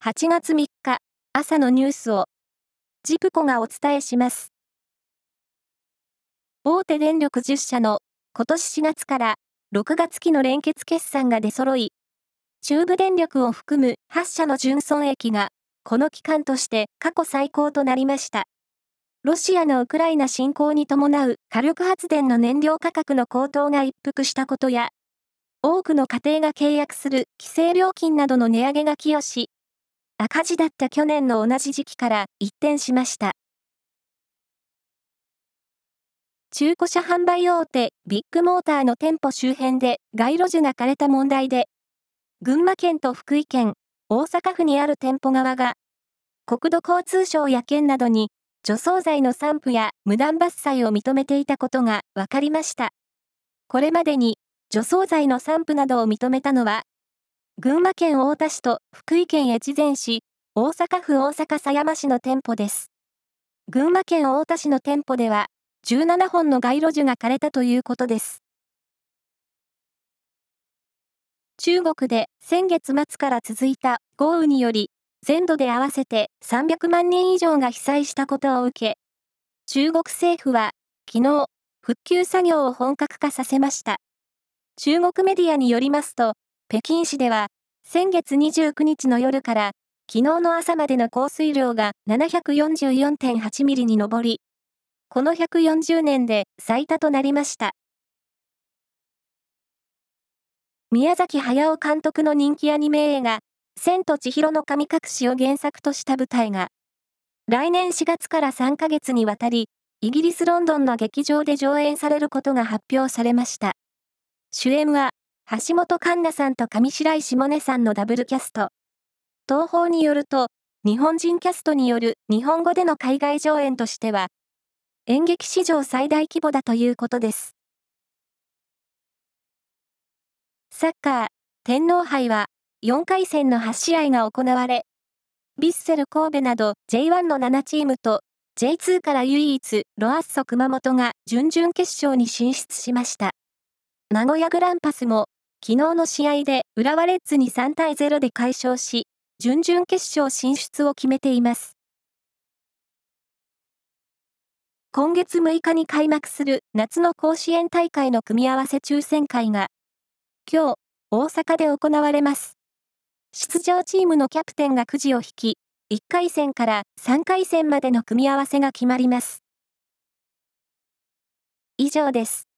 8月3日、朝のニュースを、ジプコがお伝えします。大手電力10社の今年4月から6月期の連結決算が出揃い、中部電力を含む8社の純損益が、この期間として過去最高となりました。ロシアのウクライナ侵攻に伴う火力発電の燃料価格の高騰が一服したことや、多くの家庭が契約する規制料金などの値上げが寄与し、赤字だった去年の同じ時期から一転しました。中古車販売大手ビッグモーターの店舗周辺で街路樹が枯れた問題で、群馬県と福井県、大阪府にある店舗側が、国土交通省や県などに除草剤の散布や無断伐採を認めていたことが分かりました。これまでに除草剤の散布などを認めたのは、群馬県太田市と福井県越前市、大阪府大阪狭山市の店舗です。群馬県太田市の店舗では、17本の街路樹が枯れたということです。中国で先月末から続いた豪雨により、全土で合わせて300万人以上が被災したことを受け、中国政府は昨日、復旧作業を本格化させました。中国メディアによりますと、北京市では先月29日の夜から昨日の朝までの降水量が744.8 ミリに上り、この140年で最多となりました。宮崎駿監督の人気アニメ映画、千と千尋の神隠しを原作とした舞台が、来年4月から3ヶ月にわたり、イギリス・ロンドンの劇場で上演されることが発表されました。主演は、橋本環奈さんと上白石萌音さんのダブルキャスト。東宝によると、日本人キャストによる日本語での海外上演としては、演劇史上最大規模だということです。サッカー、天皇杯は、4回戦の8試合が行われ、ヴィッセル神戸など J1 の7チームと J2 から唯一ロアッソ熊本が準々決勝に進出しました。名古屋グランパスも昨日の試合で浦和レッズに3対0で快勝し、準々決勝進出を決めています。今月6日に開幕する夏の甲子園大会の組み合わせ抽選会が今日大阪で行われます。出場チームのキャプテンがくじを引き、1回戦から3回戦までの組み合わせが決まります。以上です。